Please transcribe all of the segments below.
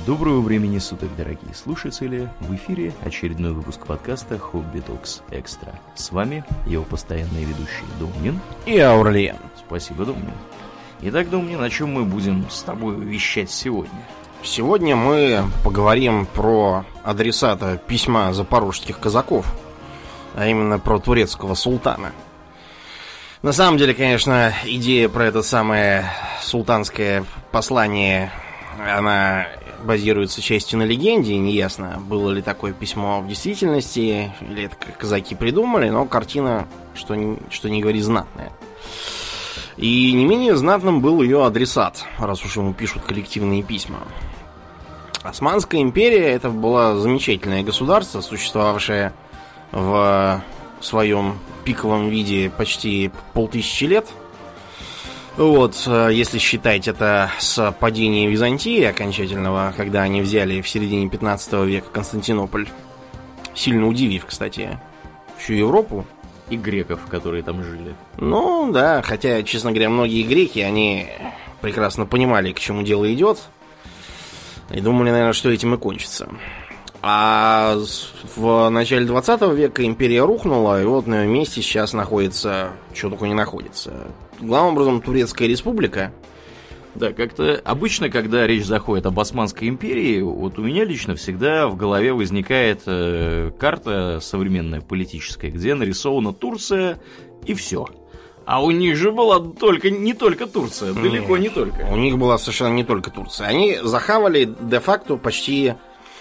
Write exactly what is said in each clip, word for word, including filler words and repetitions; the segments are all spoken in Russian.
Доброго времени суток, дорогие слушатели! В эфире очередной выпуск подкаста Хобби Токс Экстра. С вами его постоянные ведущие Домнин и Аурлиен. Спасибо, Домнин. Итак, Домнин, о чем мы будем с тобой вещать сегодня? Сегодня мы поговорим про адресата письма запорожских казаков, а именно про турецкого султана. На самом деле, конечно, идея про это самое султанское послание, она базируется частью на легенде. Неясно, было ли такое письмо в действительности, или это казаки придумали, но картина, что ни, что ни говори, знатная. И не менее знатным был ее адресат, раз уж ему пишут коллективные письма. Османская империя — это было замечательное государство, существовавшее в своем пиковом виде почти полтысячи лет. Вот, если считать это с падения Византии окончательного, когда они взяли в середине пятнадцатого века Константинополь, сильно удивив, кстати, всю Европу. И греков, которые там жили. Ну, да, хотя, честно говоря, многие греки, они прекрасно понимали, к чему дело идет, и думали, наверное, что этим и кончится. А в начале двадцатого века империя рухнула, и вот на ее месте сейчас находится, что только не находится. Главным образом, Турецкая республика. Да, как-то обычно, когда речь заходит об Османской империи, вот у меня лично всегда в голове возникает э, карта современная политическая, где нарисована Турция и все. А у них же была только, не только Турция, далеко не только. У них была совершенно не только Турция. Они захавали де-факто почти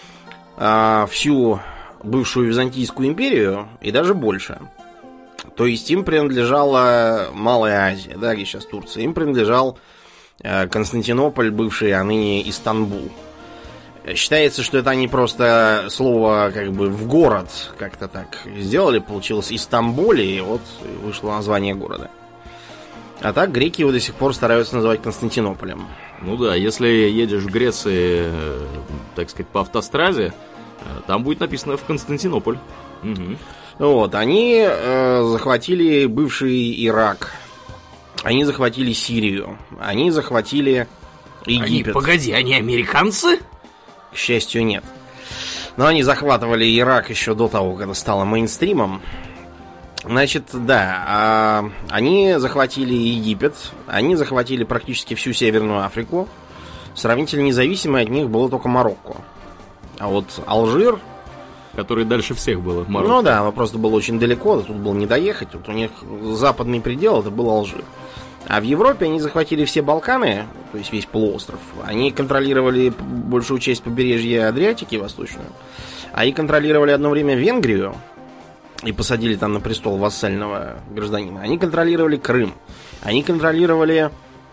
э, всю бывшую Византийскую империю и даже больше. То есть им принадлежала Малая Азия, да, где сейчас Турция. Им принадлежал э, Константинополь, бывший, а ныне Истанбул. Считается, что это они просто слово как бы в город как-то так сделали, получилось Истамбуль, и вот вышло название города. А так греки его до сих пор стараются называть Константинополем. Ну да, если едешь в Греции, так сказать, по автостраде, там будет написано в Константинополь. Угу. Вот, они э, захватили бывший Ирак, они захватили Сирию, они захватили Египет. Они, погоди, они американцы? К счастью, нет. Но они захватывали Ирак еще до того, когда стало мейнстримом. Значит, да, а, они захватили Египет, они захватили практически всю Северную Африку. Сравнительно независимой от них было только Марокко. А вот Алжир, который дальше всех было. Марокко. Ну да, но просто было очень далеко, тут было не доехать. Вот у них западный предел, это был Алжир. А в Европе они захватили все Балканы, то есть весь полуостров. Они контролировали большую часть побережья Адриатики восточную. Они контролировали одно время Венгрию и посадили там на престол вассального гражданина. Они контролировали Крым. Они контролировали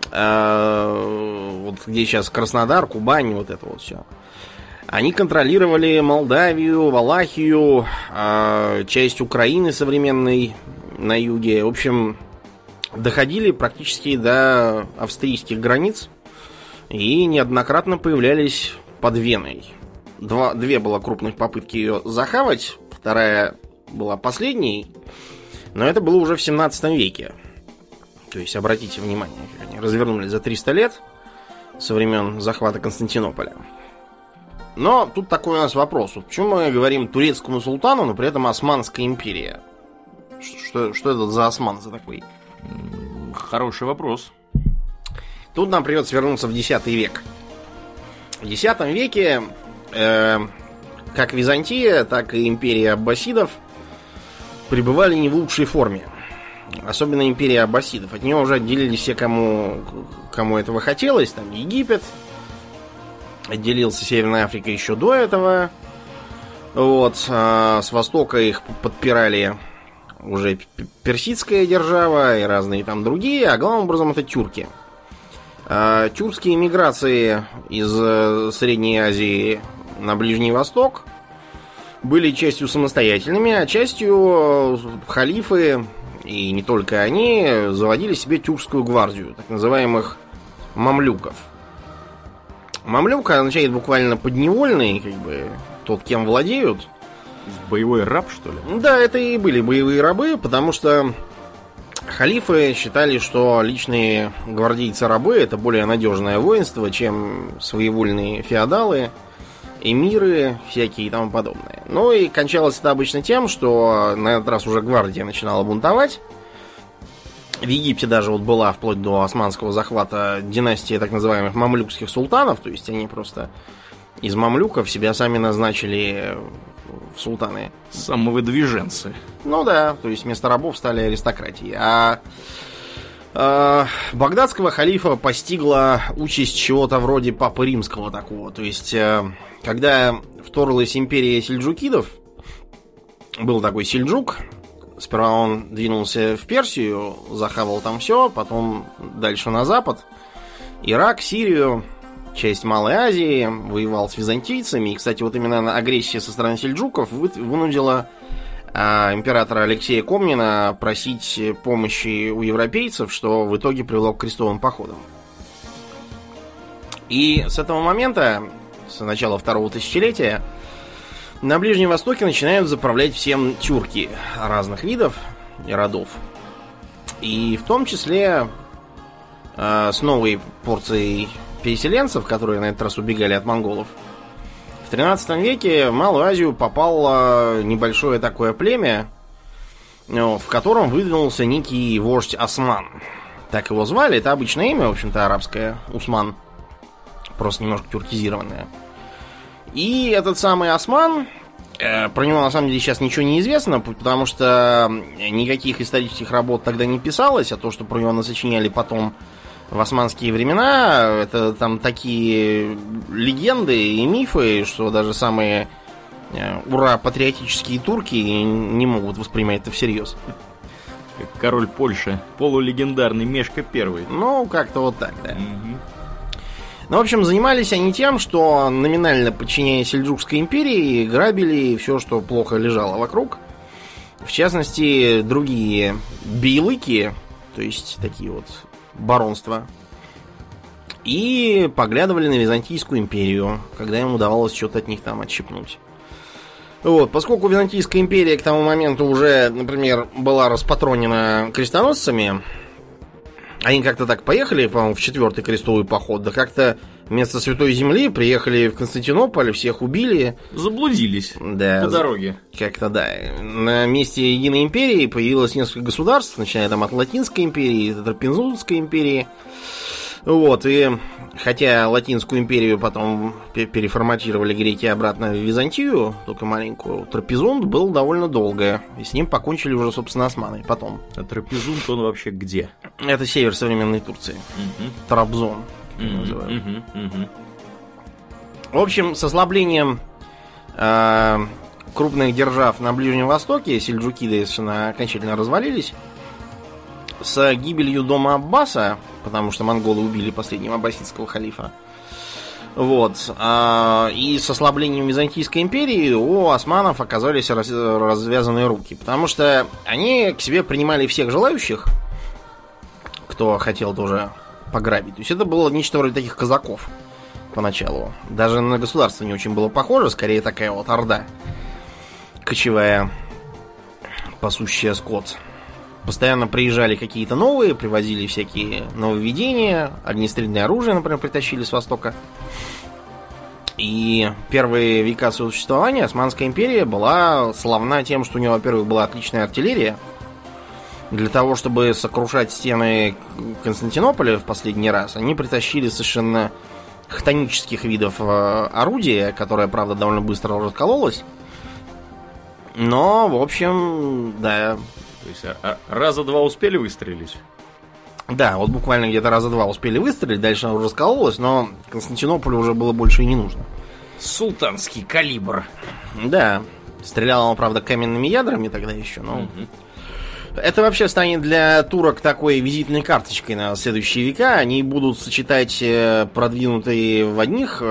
э, вот где сейчас Краснодар, Кубань, вот это вот все. Они контролировали Молдавию, Валахию, э, часть Украины современной на юге. В общем, доходили практически до австрийских границ и неоднократно появлялись под Веной. Два, две было крупных попытки ее захавать, вторая была последней, но это было уже в семнадцатом веке. То есть, обратите внимание, как они развернулись за триста лет со времен захвата Константинополя. Но тут такой у нас вопрос. Почему мы говорим турецкому султану, но при этом Османская империя? Что, что это за осман за такой? Хороший вопрос. Тут нам придется вернуться в десятый век. В десятом веке э, как Византия, так и империя аббасидов пребывали не в лучшей форме. Особенно империя аббасидов. От нее уже отделились все, кому, кому этого хотелось. Там Египет, отделился Северная Африка еще до этого. Вот, а с востока их подпирали уже персидская держава и разные там другие, а главным образом это тюрки. А тюркские миграции из Средней Азии на Ближний Восток были частью самостоятельными, а частью халифы, и не только они, заводили себе тюркскую гвардию, так называемых мамлюков. Мамлюк означает буквально подневольный, как бы тот, кем владеют. Боевой раб, что ли? Да, это и были боевые рабы, потому что халифы считали, что личные гвардейцы-рабы это более надежное воинство, чем своевольные феодалы, эмиры всякие и тому подобное. Ну и кончалось это обычно тем, что на этот раз уже гвардия начинала бунтовать. В Египте даже вот была вплоть до османского захвата династия так называемых мамлюкских султанов, то есть они просто из мамлюков себя сами назначили в султаны. Самовыдвиженцы. Ну да, то есть вместо рабов стали аристократией. А э, багдадского халифа постигла участь чего-то вроде папы римского такого. То есть, э, когда вторглась империя сельджукидов, был такой Сельджук. Сперва он двинулся в Персию, захавал там все, потом дальше на запад, Ирак, Сирию, часть Малой Азии, воевал с византийцами. И, кстати, вот именно агрессия со стороны сельджуков вынудила а, императора Алексея Комнина просить помощи у европейцев, что в итоге привело к крестовым походам. И с этого момента, с начала второго тысячелетия, на Ближнем Востоке начинают заправлять всем тюрки разных видов и родов. И в том числе э, с новой порцией переселенцев, которые на этот раз убегали от монголов. В тринадцатом веке в Малую Азию попало небольшое такое племя, в котором выдвинулся некий вождь Осман. Так его звали, это обычное имя, в общем-то, арабское, Усман. Просто немножко тюркизированное. И этот самый Осман, э, про него на самом деле сейчас ничего не известно, потому что никаких исторических работ тогда не писалось, а то, что про него насочиняли потом в османские времена, это там такие легенды и мифы, что даже самые э, ура-патриотические турки не могут воспринимать это всерьез. Как король Польши, полулегендарный Мешка Первый. Ну, как-то вот так, да. Угу. Ну, в общем, занимались они тем, что номинально подчиняясь Сельджукской империи, грабили все, что плохо лежало вокруг. В частности, другие бейлыки, то есть такие вот баронства, и поглядывали на Византийскую империю, когда им удавалось что-то от них там отщипнуть. Вот, поскольку Византийская империя к тому моменту уже, например, была распатронена крестоносцами, они как-то так поехали, по-моему, в четвертый крестовый поход, да как-то вместо Святой Земли приехали в Константинополь, всех убили. Заблудились да, по дороге. Как-то да. На месте Единой империи появилось несколько государств, начиная там от Латинской империи, от Трапезундской империи. Вот, и хотя Латинскую империю потом переформатировали греки обратно в Византию, только маленькую, Трапезунд был довольно долго, и с ним покончили уже, собственно, османы потом. А Трапезунд он вообще где? Это север современной Турции. Угу. Трабзон, как угу, называют. Угу, угу. В общем, с ослаблением э, крупных держав на Ближнем Востоке сельджукиды совершенно окончательно развалились. С гибелью дома Аббаса, потому что монголы убили последнего аббасидского халифа, вот, а, и с ослаблением Византийской империи у османов оказались раз, развязаны руки, потому что они к себе принимали всех желающих, кто хотел тоже пограбить. То есть это было нечто вроде таких казаков поначалу. Даже на государство не очень было похоже, скорее такая вот орда кочевая, пасущая скот. Постоянно приезжали какие-то новые, привозили всякие нововведения, огнестрельное оружие, например, притащили с Востока. И первые века своего существования Османская империя была славна тем, что у нее, во-первых, была отличная артиллерия. Для того, чтобы сокрушать стены Константинополя в последний раз, они притащили совершенно хтонических видов орудия, которое, правда, довольно быстро раскололось. Но, в общем, да... То есть а, раза два успели выстрелить? Да, вот буквально где-то раза два успели выстрелить, дальше она уже раскололась, но Константинополю уже было больше и не нужно. Султанский калибр. Да, стрелял он, правда, каменными ядрами тогда еще, но... Угу. Это вообще станет для турок такой визитной карточкой на следующие века. Они будут сочетать продвинутые в одних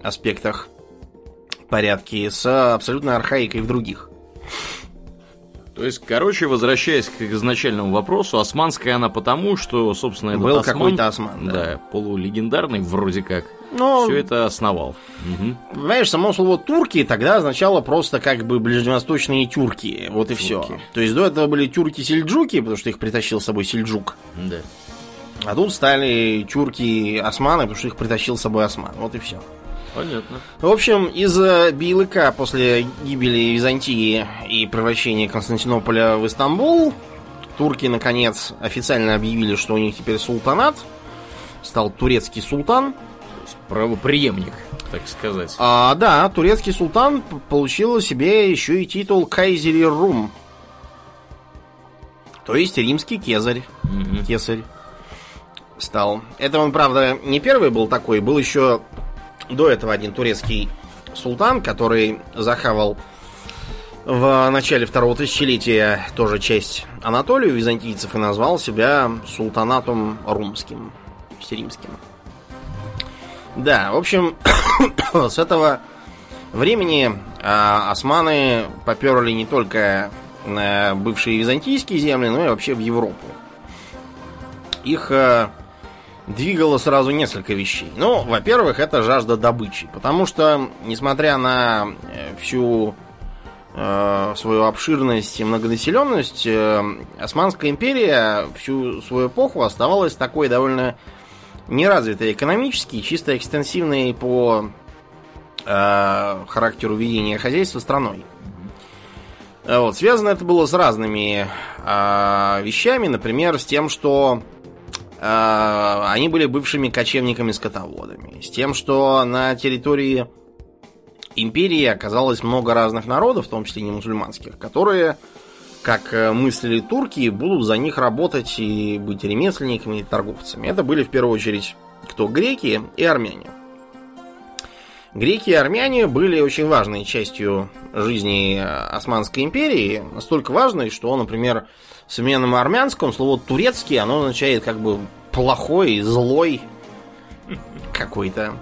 аспектах порядки с абсолютной архаикой в других. То есть, короче, возвращаясь к изначальному вопросу, османская она потому, что, собственно, этот был осман, какой-то осман, да. да, полулегендарный вроде как, Но, все это основал. Угу. Понимаешь, само слово «турки» тогда означало просто как бы ближневосточные тюрки, вот и Тюрки. все. То есть до этого были тюрки-сельджуки, потому что их притащил с собой Сельджук. Да. А тут стали тюрки-османы, потому что их притащил с собой осман, вот и все. Понятно. В общем, из-за Бейлыка после гибели Византии и превращения Константинополя в Истамбул, турки, наконец, официально объявили, что у них теперь султанат. Стал турецкий султан. То есть правопреемник, так сказать. А, да, турецкий султан получил себе еще и титул Кайзери Рум. То есть римский кесарь. Угу. Кесарь стал. Это он, правда, не первый был такой. Был еще до этого один турецкий султан, который захавал в начале второго тысячелетия тоже часть Анатолию византийцев и назвал себя султанатом румским, то есть римским. Да, в общем, с этого времени а, османы поперли не только на бывшие византийские земли, но и вообще в Европу. Их а, двигало сразу несколько вещей. Ну, во-первых, это жажда добычи, потому что, несмотря на всю э, свою обширность и многонаселенность, э, Османская империя всю свою эпоху оставалась такой довольно неразвитой экономически, чисто экстенсивной по э, характеру ведения хозяйства страной. Вот. Связано это было с разными э, вещами, например, с тем, что э, они были бывшими кочевниками-скотоводами, с тем, что на территории империи оказалось много разных народов, в том числе не мусульманских, которые, как мыслили турки, будут за них работать и быть ремесленниками и торговцами. Это были в первую очередь кто? Греки и армяне. Греки и армяне были очень важной частью жизни Османской империи, настолько важной, что, например, в современном армянском слово «турецкий» оно означает как бы плохой, злой какой-то.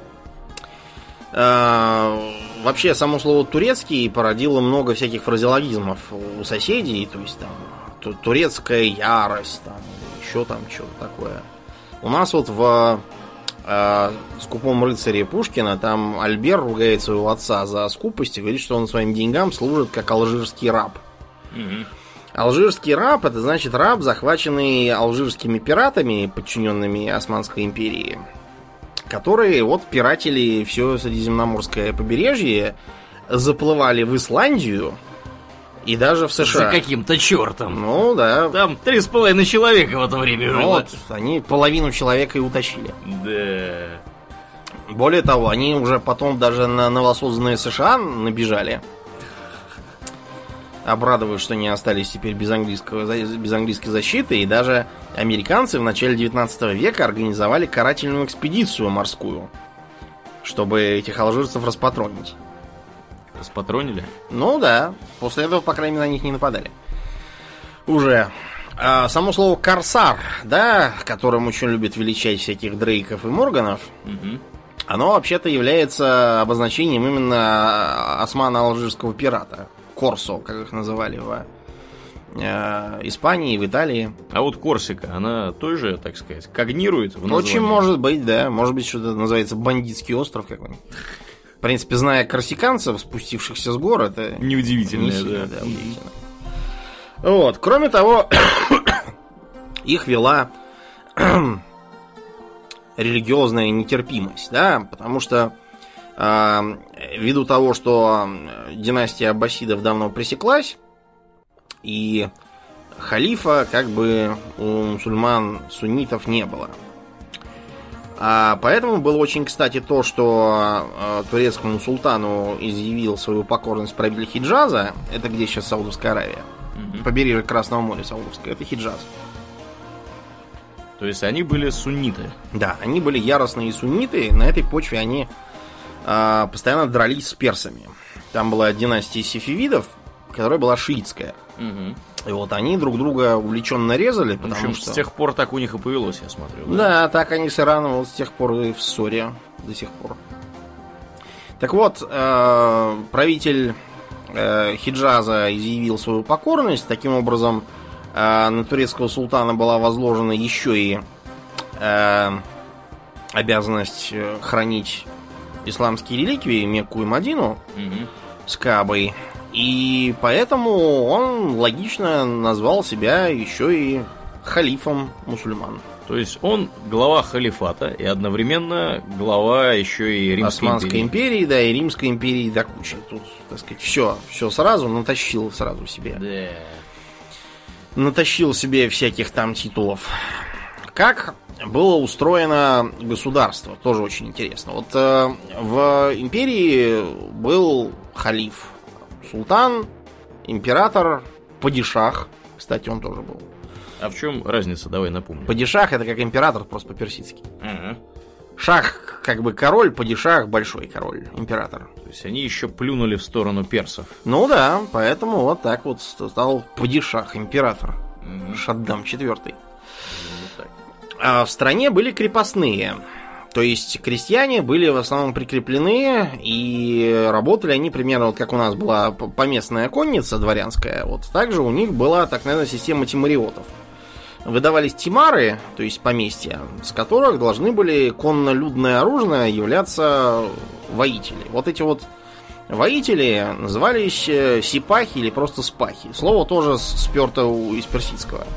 Вообще, само слово «турецкий» породило много всяких фразеологизмов у соседей, то есть там турецкая ярость, там, еще там что-то такое. У нас вот в э, «Скупом рыцаре» Пушкина там Альбер ругает своего отца за скупость и говорит, что он своим деньгам служит как алжирский раб. Mm-hmm. Алжирский раб — это значит раб, захваченный алжирскими пиратами, подчиненными Османской империи, которые вот пиратили все Средиземноморское побережье, заплывали в Исландию и даже в США. За каким-то чертом. Ну, да. Там три с половиной человека в это время жило. Вот, они половину человека и утащили. Да. Более того, они уже потом даже на новосозданные США набежали, обрадовались, что они остались теперь без, английского, без английской защиты, и даже американцы в начале девятнадцатого века организовали карательную экспедицию морскую, чтобы этих алжирцев распатронить. Распатронили? Ну да, после этого, по крайней мере, на них не нападали. Уже. А само слово «корсар», да, которым очень любят величать всяких Дрейков и Морганов, угу. Оно вообще-то является обозначением именно османо-алжирского пирата. Корсо, как их называли в э, Испании, в Италии. А вот Корсика, она тоже, так сказать, когнирует в названии? Очень может быть, да. Может быть, что-то называется бандитский остров какой-нибудь. В принципе, зная корсиканцев, спустившихся с гор, это неудивительно, не сильно, да. да, удивительно. Вот. Кроме того, их вела религиозная нетерпимость, да, потому что э, ввиду того, что династия аббасидов давно пресеклась, и халифа как бы у мусульман суннитов не было. А поэтому было очень кстати то, что э, турецкому султану изъявил свою покорность правитель Хиджаза, это где сейчас Саудовская Аравия, mm-hmm. побережье Красного моря Саудовское, это Хиджаз. То есть они были сунниты? Да, они были яростные сунниты, на этой почве они э, постоянно дрались с персами. Там была династия сефевидов, которая была шиитская. Mm-hmm. И вот они друг друга увлеченно резали, потому в общем, что... с тех пор так у них и повелось, я смотрю. Да, да, так они с Ираном вот с тех пор и в ссоре до сих пор. Так вот, э, правитель э, Хиджаза изъявил свою покорность. Таким образом, э, на турецкого султана была возложена еще и э, обязанность хранить исламские реликвии, Мекку и Мадину Угу. с Каабой. И поэтому он логично назвал себя еще и халифом мусульман. То есть он глава халифата и одновременно глава еще и Римской Османской империи. империи, да, и Римской империи до кучи. Тут, так сказать, все, все сразу натащил сразу себе. Да. Натащил себе всяких там титулов. Как было устроено государство, тоже очень интересно. Вот э, в империи был халиф, султан, император, падишах. Кстати, он тоже был. А в чем разница? Давай напомню. Падишах — это как император, просто по-персидски. Ага. Шах как бы король, падишах большой король, император. То есть они еще плюнули в сторону персов. Ну да, поэтому вот так вот стал падишах, император. Угу. Шаддам четвертый. Вот так. А в стране были крепостные. То есть крестьяне были в основном прикреплены, и работали они примерно вот как у нас была поместная конница дворянская, вот также у них была так называемая система тимариотов. Выдавались тимары, то есть поместья, с которых должны были конно-людное оружие являться воители. Вот эти вот воители назывались сипахи или просто спахи. Слово тоже сперто из персидского.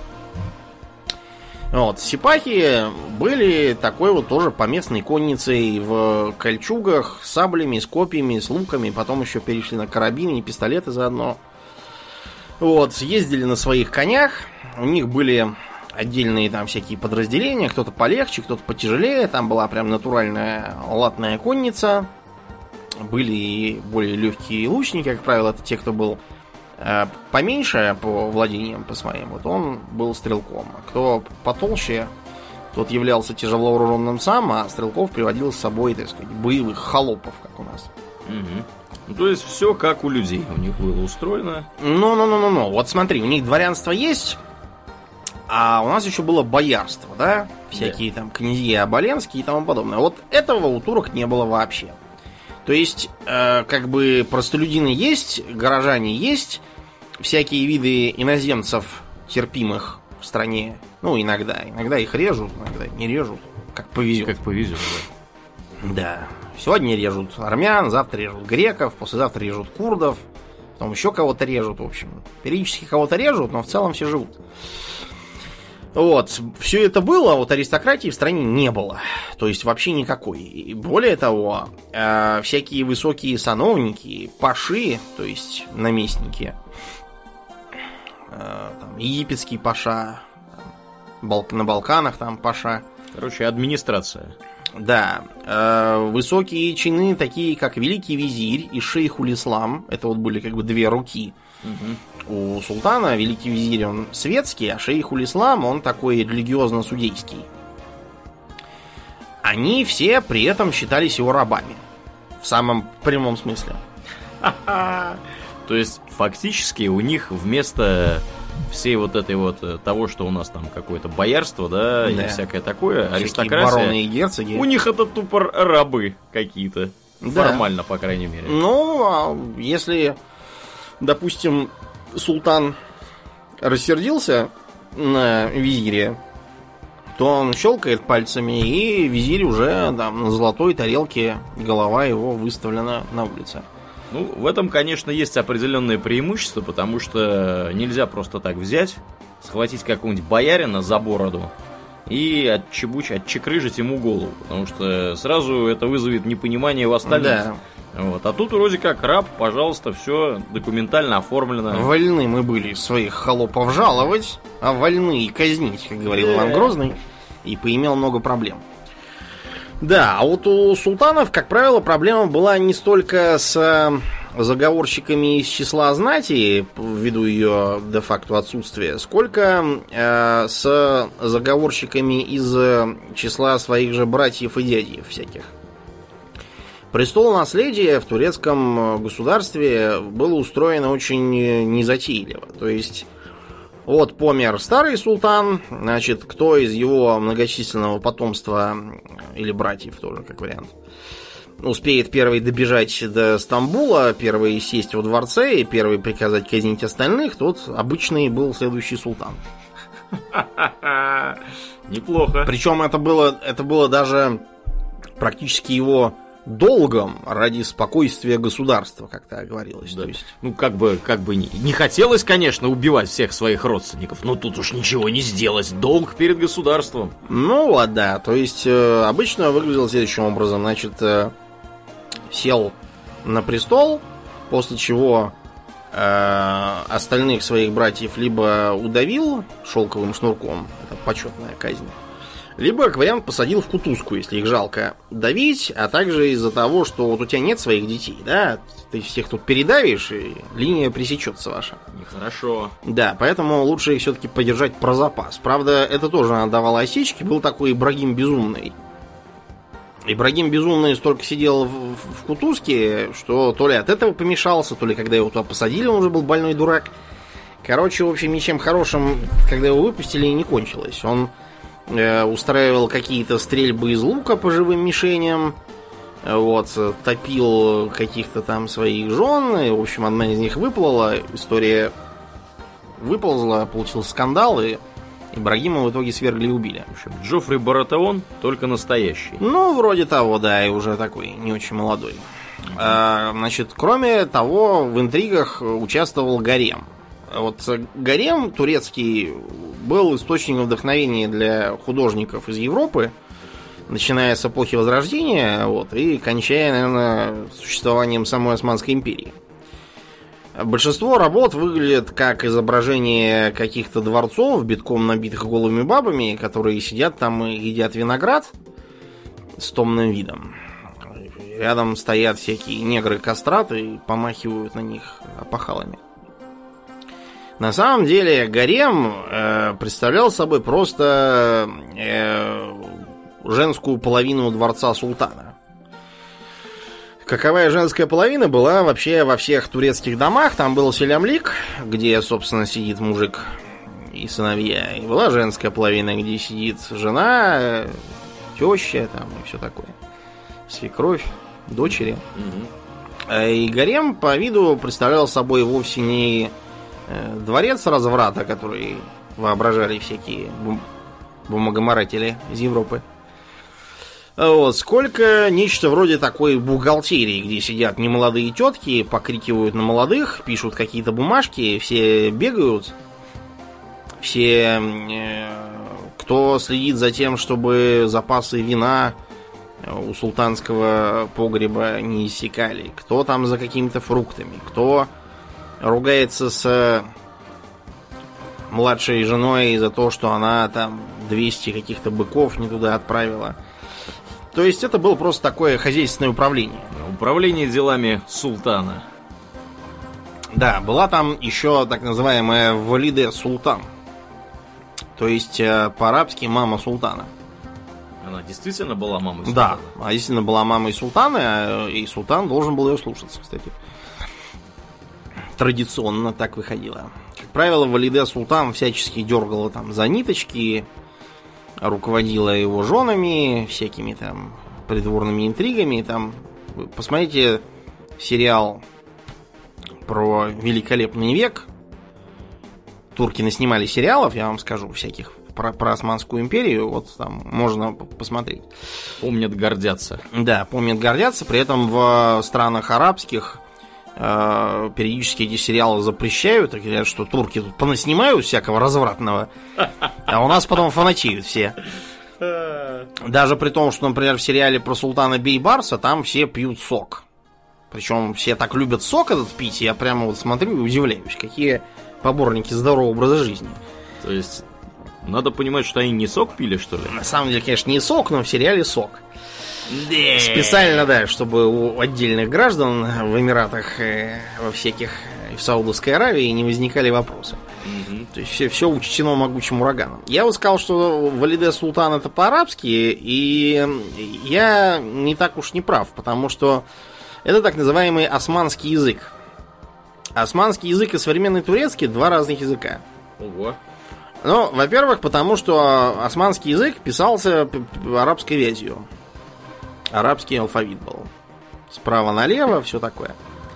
Вот, сипахи были такой вот тоже поместной конницей в кольчугах, с саблями, с копьями, с луками. Потом еще перешли на карабины и пистолеты заодно. Вот, ездили на своих конях. У них были отдельные там всякие подразделения. Кто-то полегче, кто-то потяжелее. Там была прям натуральная латная конница. Были и более легкие лучники, как правило, это те, кто был поменьше по владениям по своим, вот он был стрелком. А кто потолще, тот являлся тяжело вооруженным сам, а стрелков приводил с собой, так сказать, боевых холопов, как у нас. Угу. Ну, то есть все как у людей у них было устроено. Ну-ну-ну-ну-ну. Вот смотри, у них дворянство есть, а у нас еще было боярство, да? Всякие да. там князья оболенские и тому подобное. Вот этого у турок не было вообще. То есть, э, как бы простолюдины есть, горожане есть, всякие виды иноземцев терпимых в стране. Ну, иногда. Иногда их режут, иногда не режут. Как повезет. Как повезет, да. Да. Сегодня режут армян, завтра режут греков, послезавтра режут курдов, потом еще кого-то режут, в общем. Периодически кого-то режут, но в целом все живут. Вот, все это было, а вот аристократии в стране не было. То есть вообще никакой. И более того, э, всякие высокие сановники, паши, то есть наместники, э, там, египетский паша, Балк, на Балканах там паша. Короче, администрация. Да, э, высокие чины, такие как Великий Визирь и Шейхуль-Ислам, это вот были как бы две руки. Угу. У султана Великий Визирь он светский, а Шейхуль-Ислам он такой религиозно-судейский. Они все при этом считались его рабами. В самом прямом смысле. То есть фактически у них вместо всей вот этой вот того, что у нас там какое-то боярство, да, да. и всякое такое, всякие аристократия. Бароны и герцоги. У них это тупо рабы какие-то. Да. Формально, по крайней мере. Ну, а если, допустим, султан рассердился на визиря, то он щелкает пальцами, и визирь уже там на золотой тарелке, голова его выставлена на улице. Ну, в этом, конечно, есть определенное преимущество, потому что нельзя просто так взять, схватить какого-нибудь боярина за бороду и отчебуч, отчекрыжить ему голову, потому что сразу это вызовет непонимание в остальных. Да. Вот. А тут вроде как раб, пожалуйста, все документально оформлено. Вольны мы были своих холопов жаловать, а вольны и казнить, как говорил Иван Грозный, и поимел много проблем. Да, а вот у султанов, как правило, проблема была не столько с заговорщиками из числа знати, ввиду ее де-факто отсутствия, сколько э, с заговорщиками из числа своих же братьев и дядей всяких. Престолонаследие в турецком государстве было устроено очень незатейливо. То есть, вот помер старый султан, значит, кто из его многочисленного потомства, или братьев тоже, как вариант, успеет первый добежать до Стамбула, первый сесть во дворце и первый приказать казнить остальных, тот обычный был следующий султан. Неплохо. Причем это было, это было даже практически его долгом ради спокойствия государства, как то говорилось. Да. То есть... Ну, как бы, как бы не, не хотелось, конечно, убивать всех своих родственников, но тут уж ничего не сделать. Долг перед государством. Ну, вот, да. То есть, э, обычно выглядело следующим образом. Значит, э, сел на престол, после чего э, остальных своих братьев либо удавил шелковым шнурком, это почетная казнь, либо, как вариант, посадил в кутузку, если их жалко давить, а также из-за того, что вот у тебя нет своих детей, да, ты всех тут передавишь, и линия пресечется ваша. Нехорошо. Да, поэтому лучше их все-таки подержать про запас. Правда, это тоже давало осечки, был такой Ибрагим Безумный. Ибрагим Безумный столько сидел в, в, в кутузке, что то ли от этого помешался, то ли когда его туда посадили, он уже был больной дурак. Короче, в общем, ничем хорошим, когда его выпустили, не кончилось. Он устраивал какие-то стрельбы из лука по живым мишеням, вот, топил каких-то там своих жен, и, в общем, одна из них выплыла, история выползла, получился скандал, и Ибрагима в итоге свергли и убили. В общем, Джоффри Баратеон, только настоящий. Ну, вроде того, да, и уже такой, не очень молодой. Mm-hmm. А, значит, кроме того, в интригах участвовал гарем. Вот гарем турецкий был источником вдохновения для художников из Европы, начиная с эпохи Возрождения, вот, и кончая, наверное, существованием самой Османской империи. Большинство работ выглядит как изображение каких-то дворцов, битком набитых голыми бабами, которые сидят там и едят виноград с томным видом. Рядом стоят всякие негры-кастраты и помахивают на них опахалами. На самом деле гарем э, представлял собой просто э, женскую половину дворца султана. Каковая женская половина была вообще во всех турецких домах. Там был селямлик, где, собственно, сидит мужик и сыновья. И была женская половина, где сидит жена, теща там и все такое. Свекровь, дочери. Mm-hmm. И гарем по виду представлял собой вовсе не дворец разврата, который воображали всякие бум- бумагоморатели из Европы. Вот, сколько нечто вроде такой бухгалтерии, где сидят немолодые тетки, покрикивают на молодых, пишут какие-то бумажки, все бегают, все, э, кто следит за тем, чтобы запасы вина у султанского погреба не иссякали, кто там за какими-то фруктами, кто ругается с младшей женой за то, что она там двести каких-то быков не туда отправила. То есть это было просто такое хозяйственное управление. Управление делами султана. Да, была там еще так называемая Валиде Султан. То есть по-арабски мама султана. Она действительно была мамой султана? Да, она действительно была мамой султана, и султан должен был ее слушаться, кстати. Традиционно так выходило. Как правило, Валиде Султан всячески дергала там за ниточки, руководила его женами, всякими там придворными интригами. Там, посмотрите сериал про великолепный век. Турки наснимали сериалов, я вам скажу, всяких про, про Османскую империю. Вот там можно посмотреть. Помнят, гордятся. Да, помнят, гордятся. При этом в странах арабских периодически эти сериалы запрещают и говорят, что турки тут понаснимают всякого развратного, а у нас потом фанатеют все. Даже при том, что, например, в сериале про султана Бейбарса там все пьют сок. Причем все так любят сок этот пить, я прямо вот смотрю и удивляюсь, какие поборники здорового образа жизни. То есть надо понимать, что они не сок пили, что ли? На самом деле, конечно, не сок, но в сериале сок. Да. Специально, да, чтобы у отдельных граждан в Эмиратах, во всяких, в Саудовской Аравии не возникали вопросы. Mm-hmm. То есть все, все учтено могучим ураганом. Я вот сказал, что Валиде Султан это по-арабски, и я не так уж не прав, потому что это так называемый османский язык. Османский язык и современный турецкий — два разных языка. Ого. Ну, во-первых, потому что османский язык писался арабской вязью. Арабский алфавит был. справа налево, все такое.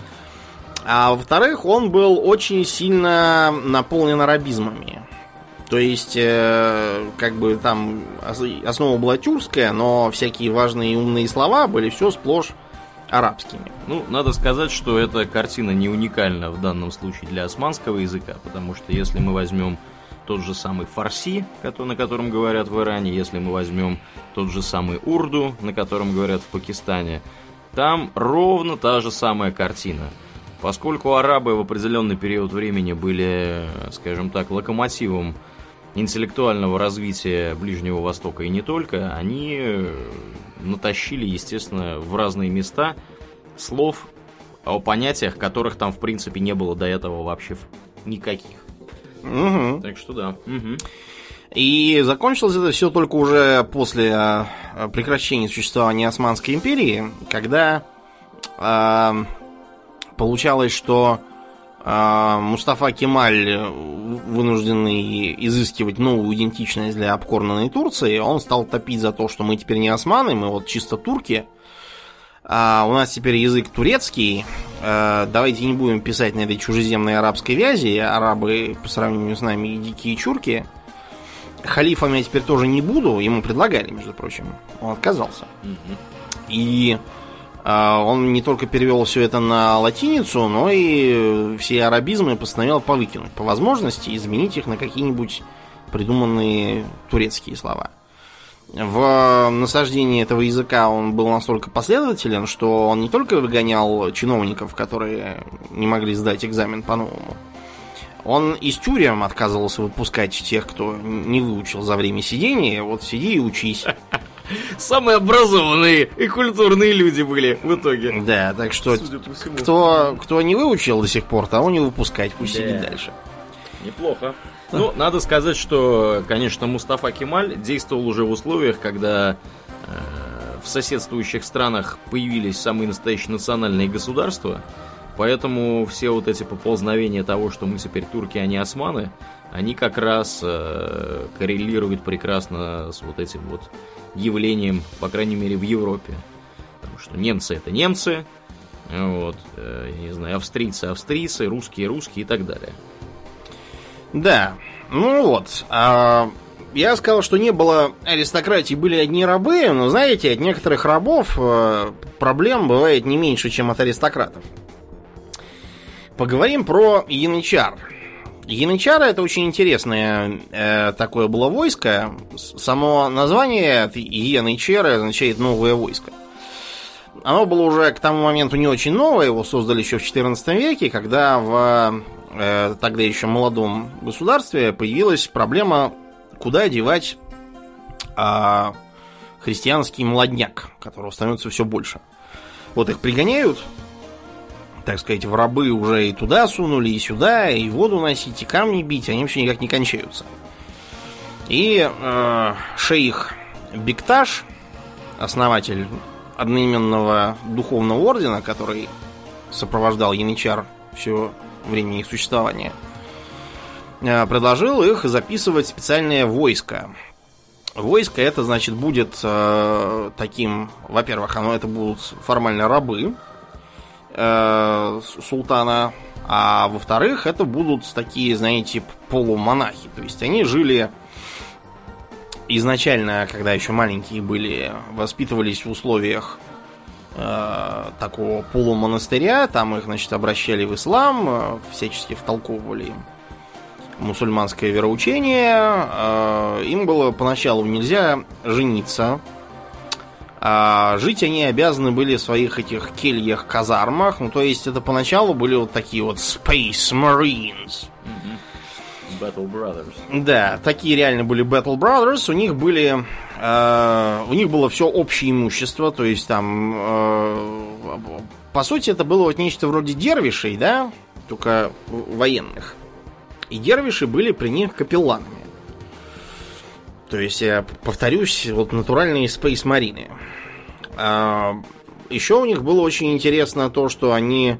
А во-вторых, он был очень сильно наполнен арабизмами. То есть, э, как бы там основа была тюркская, но всякие важные и умные слова были все сплошь арабскими. Ну, надо сказать, что эта картина не уникальна в данном случае для османского языка, потому что если мы возьмем тот же самый фарси, на котором говорят в Иране, если мы возьмем тот же самый урду, на котором говорят в Пакистане, там ровно та же самая картина. Поскольку арабы в определенный период времени были, скажем так, локомотивом интеллектуального развития Ближнего Востока и не только, они натащили, естественно, в разные места слов о понятиях, которых там, в принципе, не было до этого вообще никаких. Угу. Так что да. Угу. И закончилось это все только уже после прекращения существования Османской империи, когда э, получалось, что э, Мустафа Кемаль, вынужденный изыскивать новую идентичность для обкорнанной Турции, он стал топить за то, что мы теперь не османы, мы вот чисто турки. А у нас теперь язык турецкий. А, давайте не будем писать на этой чужеземной арабской вязи. Арабы по сравнению с нами дикие чурки. Халифом я теперь тоже не буду. Ему предлагали, между прочим. Он отказался. Mm-hmm. И а, он не только перевел все это на латиницу, но и все арабизмы постановил повыкинуть. По возможности изменить их на какие-нибудь придуманные турецкие слова. В насаждении этого языка он был настолько последователен, что он не только выгонял чиновников, которые не могли сдать экзамен по-новому, он из тюрем отказывался выпускать тех, кто не выучил за время сидения. Вот сиди и учись. Самые образованные и культурные люди были в итоге. Да, так что кто, кто не выучил до сих пор, того не выпускать, пусть да. сидит дальше. Неплохо. Ну, надо сказать, что, конечно, Мустафа Кемаль действовал уже в условиях, когда э, в соседствующих странах появились самые настоящие национальные государства, поэтому все вот эти поползновения того, что мы теперь турки, а не османы, они как раз э, коррелируют прекрасно с вот этим вот явлением, по крайней мере, в Европе. Потому что немцы — это немцы, вот, э, я не знаю, австрийцы — австрийцы, русские — русские и так далее. Да, ну вот, а, я сказал, что не было аристократии, были одни рабы, но, знаете, от некоторых рабов а, проблем бывает не меньше, чем от аристократов. Поговорим про янычар. Янычары — это очень интересное э, такое было войско. Само название янычары означает «новое войско». Оно было уже к тому моменту не очень новое, его создали еще в четырнадцатом веке, когда в э, тогда еще молодом государстве появилась проблема, куда девать э, христианский молодняк, которого становится все больше. Вот их пригоняют, так сказать, в рабы уже и туда сунули, и сюда, и воду носить, и камни бить, они вообще никак не кончаются. И э, шейх Бекташ, основатель одноименного духовного ордена, который сопровождал янычар все время их существования, предложил их записывать в специальное войско. Войско это, значит, будет э, таким, во-первых, оно это будут формально рабы э, султана, а во-вторых, это будут такие, знаете, полумонахи. То есть они жили изначально, когда еще маленькие были, воспитывались в условиях э, такого полумонастыря. Там их, значит, обращали в ислам, э, всячески втолковывали им мусульманское вероучение. Э, им было поначалу нельзя жениться. А жить они обязаны были в своих этих кельях-казармах. Ну, то есть это поначалу были вот такие вот Space Marines. Battle Brothers. Да, такие реально были Battle Brothers. У них были, э, у них было все общее имущество, то есть там, э, по сути, это было вот нечто вроде дервишей, да, только военных. И дервиши были при них капелланами. То есть, я повторюсь, вот натуральные Space Marine. Э, еще у них было очень интересно то, что они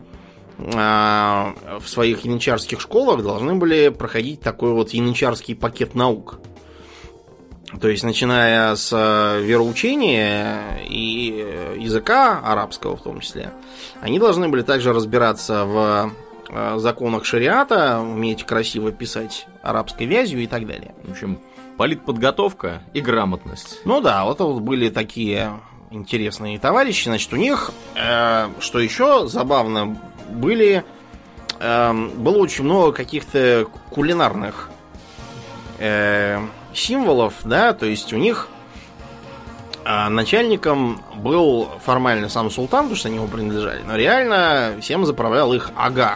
в своих янычарских школах должны были проходить такой вот янычарский пакет наук. То есть, начиная с вероучения и языка арабского в том числе, они должны были также разбираться в законах шариата, уметь красиво писать арабской вязью и так далее. В общем, политподготовка и грамотность. Ну да, вот, вот были такие интересные товарищи. Значит, у них, э, что еще забавно, были, э, было очень много каких-то кулинарных э, символов, да, то есть у них э, начальником был формально сам султан, потому что они ему принадлежали, но реально всем заправлял их ага.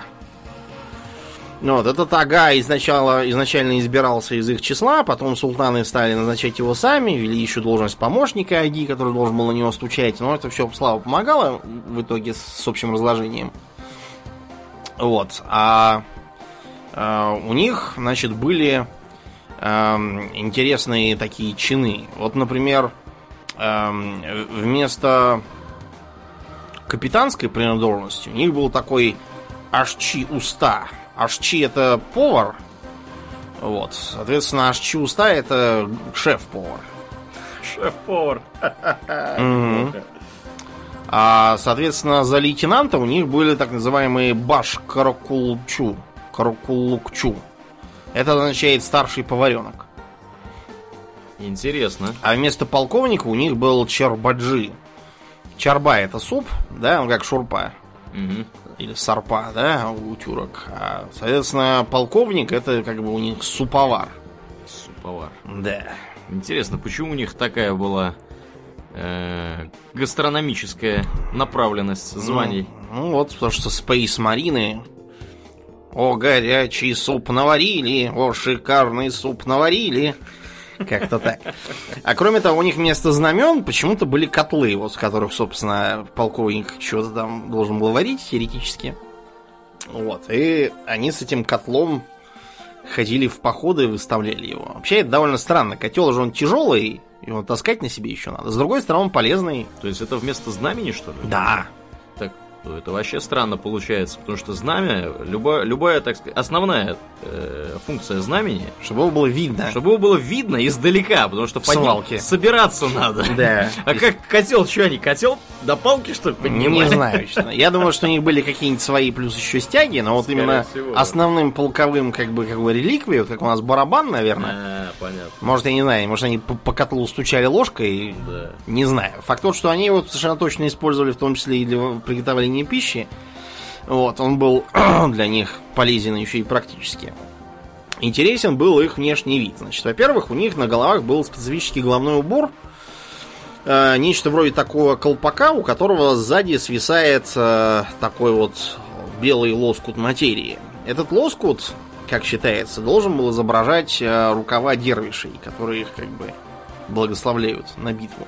Ну, вот этот ага изначально, изначально избирался из их числа, потом султаны стали назначать его сами, ввели еще должность помощника аги, который должен был на него стучать, но это все слава помогало в итоге с общим разложением. Вот, а, а у них, значит, были а, интересные такие чины. Вот, например, а, вместо капитанской принадлежности у них был такой ашчи уста. Ашчи — это повар. Вот. Соответственно, ашчи уста — это шеф-повар. Шеф-повар. Mm-hmm. А, соответственно, за лейтенанта у них были так называемые баш-каракулчу. Каракулукчу. Это означает старший поваренок. Интересно. А вместо полковника у них был чарбаджи. Чарба — это суп, да, он как шурпа. Угу. Или сарпа, да, у тюрок. А, соответственно, полковник — это как бы у них суповар. Суповар. Да. Интересно, почему у них такая была э, гастрономическая направленность званий? Ну, ну вот, потому что Space Marine. О, горячий суп наварили, о, шикарный суп наварили. Как-то так. А кроме того, у них вместо знамен почему-то были котлы, вот в которых, собственно, полковник что-то там должен был варить теоретически. Вот. И они с этим котлом ходили в походы и выставляли его. Вообще, это довольно странно. Котел же он тяжелый, его таскать на себе еще надо. С другой стороны, он полезный. То есть это вместо знамени, что ли? Да. Так, это вообще странно получается, потому что знамя, любая, любая, так сказать, основная э, функция знамени, чтобы его было видно. Чтобы его было видно издалека, потому что под ним собираться надо. Да. А как котел, что они, котел до палки, что ли, поднимают? Не знаю, честно. Я думаю, что у них были какие-нибудь свои плюс еще стяги, но вот Скорее именно всего, основным полковым, как бы, как бы реликвией, вот как у нас барабан, наверное. А, понятно. Может, я не знаю, может, они по, по котлу стучали ложкой, да. Не знаю. Факт тот, что они его совершенно точно использовали, в том числе и для приготовления пищи. Вот, он был для них полезен еще и практически. Интересен был их внешний вид. Значит, во-первых, у них на головах был специфический головной убор. Э, нечто вроде такого колпака, у которого сзади свисает э, такой вот белый лоскут материи. Этот лоскут, как считается, должен был изображать э, рукава дервишей, которые их как бы благословляют на битву.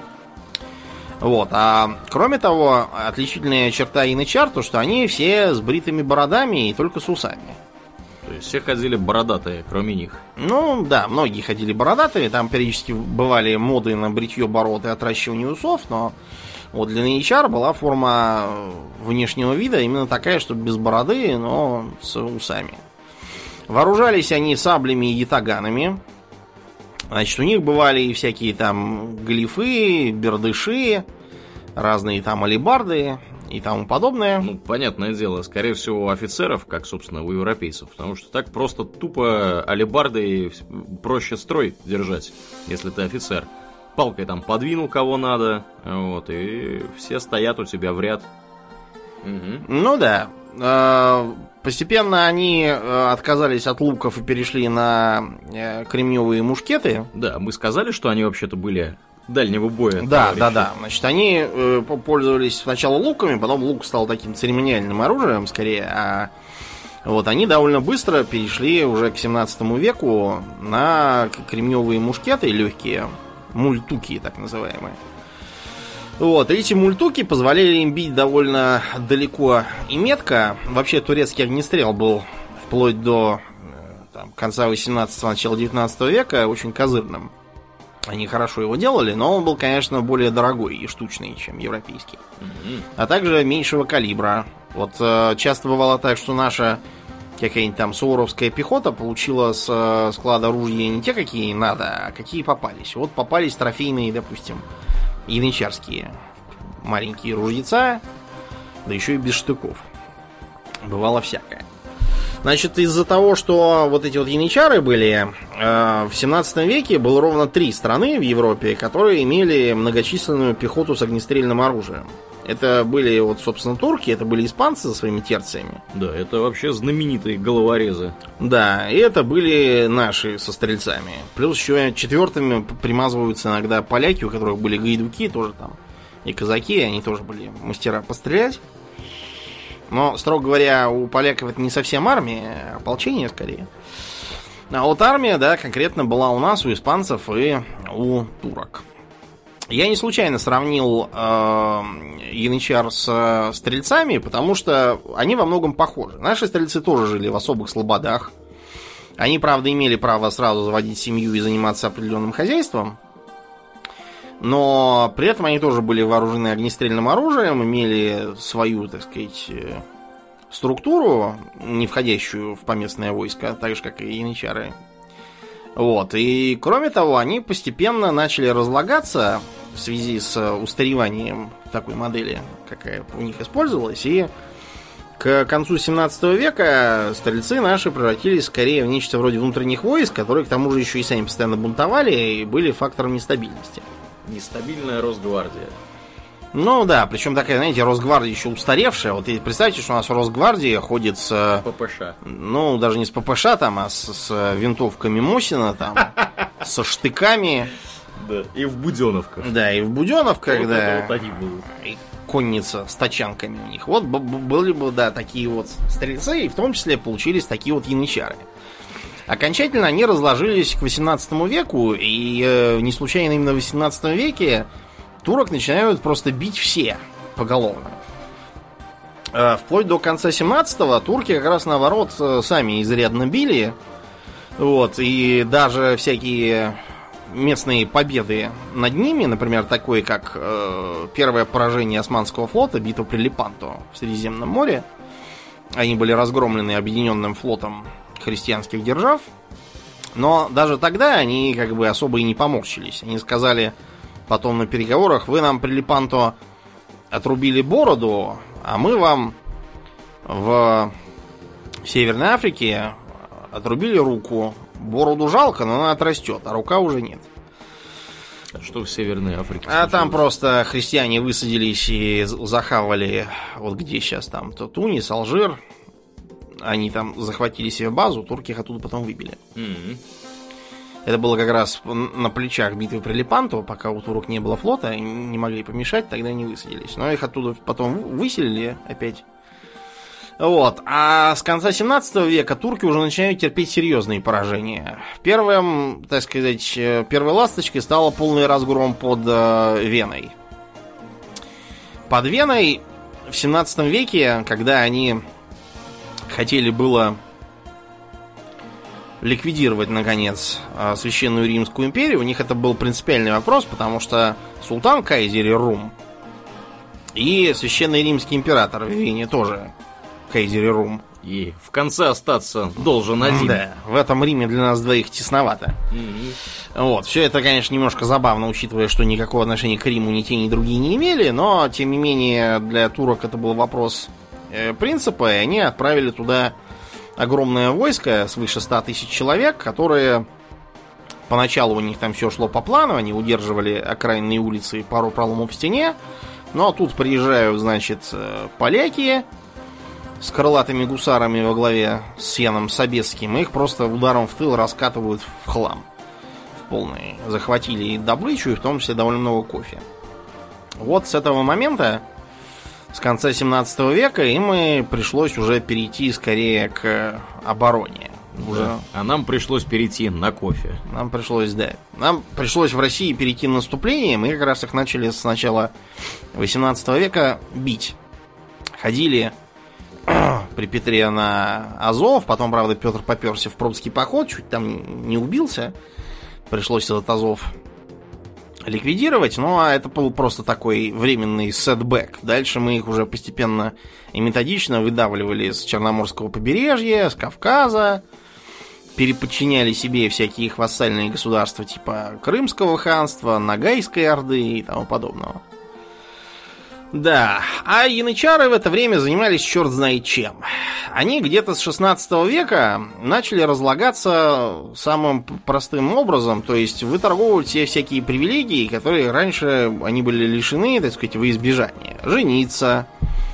Вот, а кроме того, отличительная черта янычар, то что они все с бритыми бородами и только с усами. То есть все ходили бородатые, кроме них. Ну, да, многие ходили бородатые, там периодически бывали моды на бритье бород и отращивание усов, но вот для янычар была форма внешнего вида именно такая, что без бороды, но с усами. Вооружались они саблями и ятаганами. Значит, у них бывали и всякие там глифы, бердыши, разные там алебарды и тому подобное. Ну, понятное дело, скорее всего, у офицеров, как, собственно, у европейцев. Потому что так просто тупо алебарды проще строй держать, если ты офицер. Палкой там подвинул кого надо, вот, и все стоят у тебя в ряд. Угу. Ну да. Постепенно они отказались от луков и перешли на кремневые мушкеты. Да, мы сказали, что они вообще-то были дальнего боя. Да, товарищи. да, да. Значит, они пользовались сначала луками, потом лук стал таким церемониальным оружием, скорее. А вот они довольно быстро перешли уже к семнадцатому веку на кремневые мушкеты легкие, мультуки так называемые. Вот, эти мультуки позволяли им бить довольно далеко и метко. Вообще турецкий огнестрел был вплоть до там, конца восемнадцатого, начала девятнадцатого века очень козырным. Они хорошо его делали, но он был, конечно, более дорогой и штучный, чем европейский. Mm-hmm. А также меньшего калибра. Вот часто бывало так, что наша какая-нибудь там суворовская пехота получила с склада ружья не те, какие надо, а какие попались. Вот попались трофейные, допустим, янычарские маленькие ружьеца, да еще и без штыков. Бывало всякое. Значит, из-за того, что вот эти вот янычары были, э, в семнадцатом веке было ровно три страны в Европе, которые имели многочисленную пехоту с огнестрельным оружием. Это были вот, собственно, турки, это были испанцы со своими терциями. Да, это вообще знаменитые головорезы. Да, и это были наши со стрельцами. Плюс еще четвертыми примазываются иногда поляки, у которых были гайдуки тоже там. И казаки, они тоже были мастера пострелять. Но, строго говоря, у поляков это не совсем армия, а ополчение скорее. А вот армия, да, конкретно была у нас, у испанцев и у турок. Я не случайно сравнил э, янычар с стрельцами, потому что они во многом похожи. Наши стрельцы тоже жили в особых слободах. Они, правда, имели право сразу заводить семью и заниматься определенным хозяйством. Но при этом они тоже были вооружены огнестрельным оружием, имели свою, так сказать, структуру, не входящую в поместное войско, так же, как и янычары. Вот. И, кроме того, они постепенно начали разлагаться в связи с устареванием такой модели, какая у них использовалась. И к концу семнадцатого века стрельцы наши превратились скорее в нечто вроде внутренних войск, которые, к тому же, еще и сами постоянно бунтовали и были фактором нестабильности. Нестабильная Росгвардия. Ну да, причем такая, знаете, Росгвардия еще устаревшая. Вот представьте, что у нас Росгвардия ходит с... ППШ. Ну, даже не с ППШ, там, а с, с винтовками Мосина, там, со штыками. Да, и в буденовках. Да, и в буденовках, вот да. Вот они будут. И конница с тачанками у них. Вот были бы, да, такие вот стрельцы, и в том числе получились такие вот янычары. Окончательно они разложились к восемнадцатому веку, и э, не случайно именно в восемнадцатом веке турок начинают просто бить все поголовно. Э, вплоть до конца семнадцатого турки как раз наоборот сами изрядно били. Вот, и даже всякие местные победы над ними, например, такое как э, первое поражение Османского флота, битва при Лепанто в Средиземном море. Они были разгромлены объединенным флотом христианских держав. Но даже тогда они как бы особо и не поморщились. Они сказали потом на переговорах: вы нам при Лепанто отрубили бороду, а мы вам в Северной Африке отрубили руку. Бороду жалко, но она отрастет, а рука уже нет. Что в Северной Африке А случилось? там просто христиане высадились и захавали, вот где сейчас там, то Тунис, Алжир. Они там захватили себе базу, турки их оттуда потом выбили. Mm-hmm. Это было как раз на плечах битвы при Лепанто, пока у турок не было флота, не могли помешать, тогда они высадились. Но их оттуда потом выселили опять. Вот. А с конца семнадцатого века турки уже начинают терпеть серьезные поражения. Первым, так сказать, первой ласточкой стало полный разгром под э, Веной. Под Веной в семнадцатом веке, когда они хотели было ликвидировать, наконец, Священную Римскую империю, у них это был принципиальный вопрос, потому что султан Кайзери Рум и Священный Римский император в Вене тоже Кайзери Рум. И в конце остаться должен один. Да, в этом Риме для нас двоих тесновато. Mm-hmm. Вот, все это, конечно, немножко забавно, учитывая, что никакого отношения к Риму ни те, ни другие не имели, но, тем не менее, для турок это был вопрос э, принципа, и они отправили туда огромное войско, свыше ста тысяч человек, которые поначалу у них там все шло по плану, они удерживали окраинные улицы и пару проломов в стене, но тут приезжают, значит, поляки с крылатыми гусарами во главе с Яном Собесским, и их просто ударом в тыл раскатывают в хлам. В полный. Захватили и добычу, и в том числе довольно много кофе. Вот с этого момента, с конца семнадцатого века, им и пришлось уже перейти скорее к обороне. Уже. Да. А нам пришлось перейти на кофе. Нам пришлось, да. Нам пришлось в России перейти на наступление. Мы как раз их начали с начала восемнадцатого века бить. Ходили при Петре на Азов. Потом, правда, Петр поперся в Пробский поход. Чуть там не убился. Пришлось этот Азов ликвидировать, но это был просто такой временный сетбэк. Дальше мы их уже постепенно и методично выдавливали с Черноморского побережья, с Кавказа, переподчиняли себе всякие их вассальные государства типа Крымского ханства, Ногайской орды и тому подобного. Да, а янычары в это время занимались черт знает чем. Они где-то с шестнадцатого века начали разлагаться самым простым образом, то есть выторговывать все всякие привилегии, которые раньше они были лишены, так сказать, во избежание. Жениться,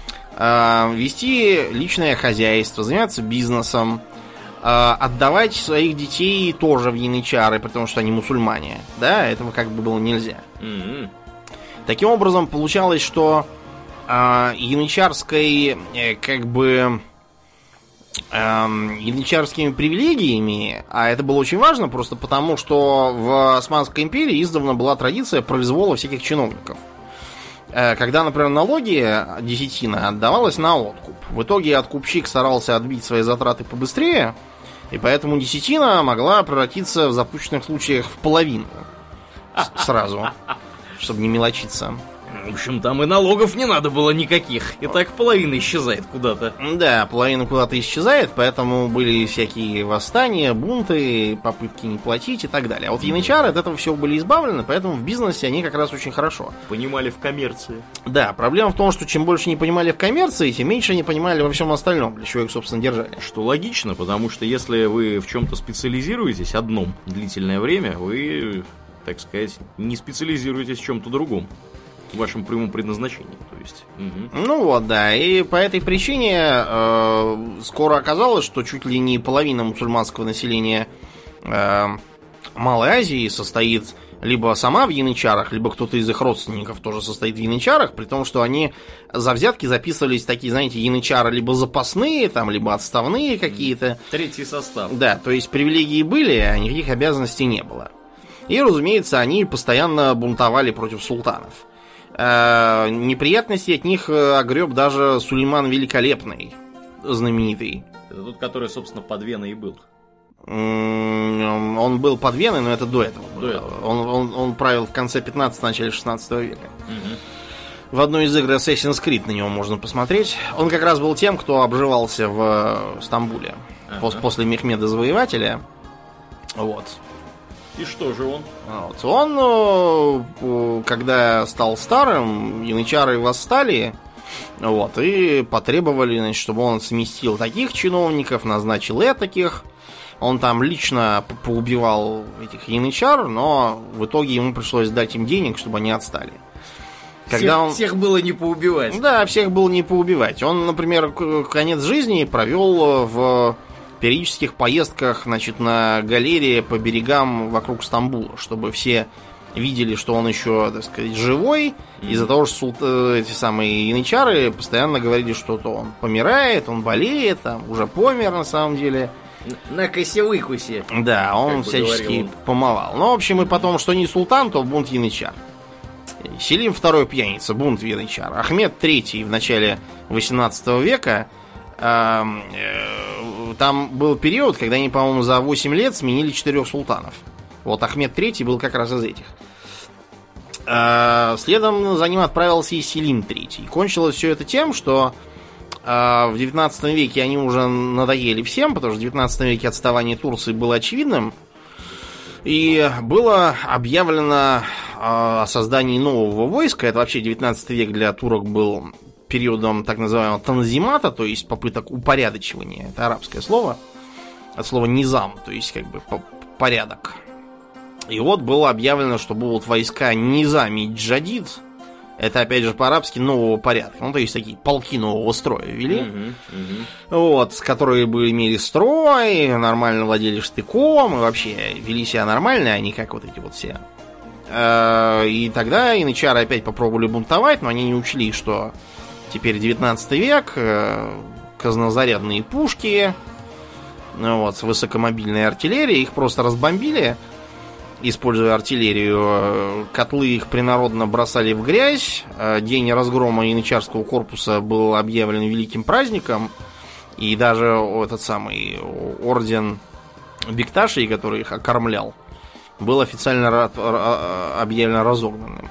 вести личное хозяйство, заниматься бизнесом, отдавать своих детей тоже в янычары, потому что они мусульмане. Да, этого как бы было нельзя. Mm-hmm. Таким образом, получалось, что э, янычарской, э, как бы, э, янычарскими привилегиями, а это было очень важно, просто потому, что в Османской империи издавна была традиция произвола всяких чиновников. Э, когда, например, налоги, десятина, отдавалась на откуп. В итоге откупщик старался отбить свои затраты побыстрее, и поэтому десятина могла превратиться в запущенных случаях в половину сразу, чтобы не мелочиться. В общем, там и налогов не надо было никаких. И так половина исчезает куда-то. Да, половина куда-то исчезает, поэтому были всякие восстания, бунты, попытки не платить и так далее. А вот янычары от этого всего были избавлены, поэтому в бизнесе они как раз очень хорошо. Понимали в коммерции. Да, проблема в том, что чем больше не понимали в коммерции, тем меньше они понимали во всем остальном, для чего их, собственно, держали. Что логично, потому что если вы в чем-то специализируетесь одном длительное время, вы, так сказать, не специализируетесь в чем-то другом. В вашем прямом предназначении, то есть. Угу. Ну вот, да. И по этой причине э, скоро оказалось, что чуть ли не половина мусульманского населения э, Малой Азии состоит либо сама в янычарах, либо кто-то из их родственников тоже состоит в янычарах, при том, что они за взятки записывались такие, знаете, янычары либо запасные, там, либо отставные какие-то. Третий состав. Да, то есть привилегии были, а никаких обязанностей не было. И, разумеется, они постоянно бунтовали против султанов. Э, неприятности от них огреб даже Сулейман Великолепный, знаменитый. Это тот, который, собственно, под Веной и был. Он был под Веной, но это до этого. До этого. Он, он, он правил в конце пятнадцатого, начале шестнадцатого века. Угу. В одной из игр Assassin's Creed на него можно посмотреть. Он как раз был тем, кто обживался в Стамбуле. Ага. Пос, после Мехмеда Завоевателя. Вот. И что же он? Вот. Он, когда стал старым, янычары восстали, вот, и потребовали, значит, чтобы он сместил таких чиновников, назначил этаких. Он там лично поубивал этих янычар, но в итоге ему пришлось дать им денег, чтобы они отстали. Когда всех, он... всех было не поубивать. Да, всех было не поубивать. Он, например, конец жизни провел в периодических поездках, значит, на галерее по берегам вокруг Стамбула, чтобы все видели, что он еще, так сказать, живой. Mm-hmm. Из-за того, что султ... эти самые янычары постоянно говорили, что то он помирает, он болеет, там, уже помер на самом деле. На косе-выкусе. Да, он всячески помывал. Ну, в общем, и потом, что не султан, то бунт янычар. Селим второй пьяница, бунт янычар. Ахмед третий в начале восемнадцатого века. Э, э, там был период, когда они, по-моему, за восемь лет сменили четырех султанов. Вот Ахмед третий был как раз из этих. Э, следом за ним отправился и Селим третий. Кончилось все это тем, что э, в девятнадцатом веке они уже надоели всем, потому что в девятнадцатом веке отставание Турции было очевидным. И было объявлено э, о создании нового войска. Это вообще девятнадцатый век для турок был периодом так называемого танзимата, то есть попыток упорядочивания. Это арабское слово. От слова низам, то есть как бы порядок. И вот было объявлено, что будут войска низами джадид. Это, опять же, по-арабски нового порядка. Ну, то есть такие полки нового строя ввели. Uh-huh, uh-huh. Вот, которые бы имели строй, нормально владели штыком, и вообще вели себя нормально, а не как вот эти вот все. И тогда янычары опять попробовали бунтовать, но они не учли, что теперь девятнадцатый век, казнозарядные пушки, вот, высокомобильная артиллерия, их просто разбомбили, используя артиллерию. Котлы их принародно бросали в грязь. День разгрома янычарского корпуса был объявлен великим праздником. И даже этот самый орден Бекташей, который их окормлял, был официально ра- ра- объявлен разогнанным.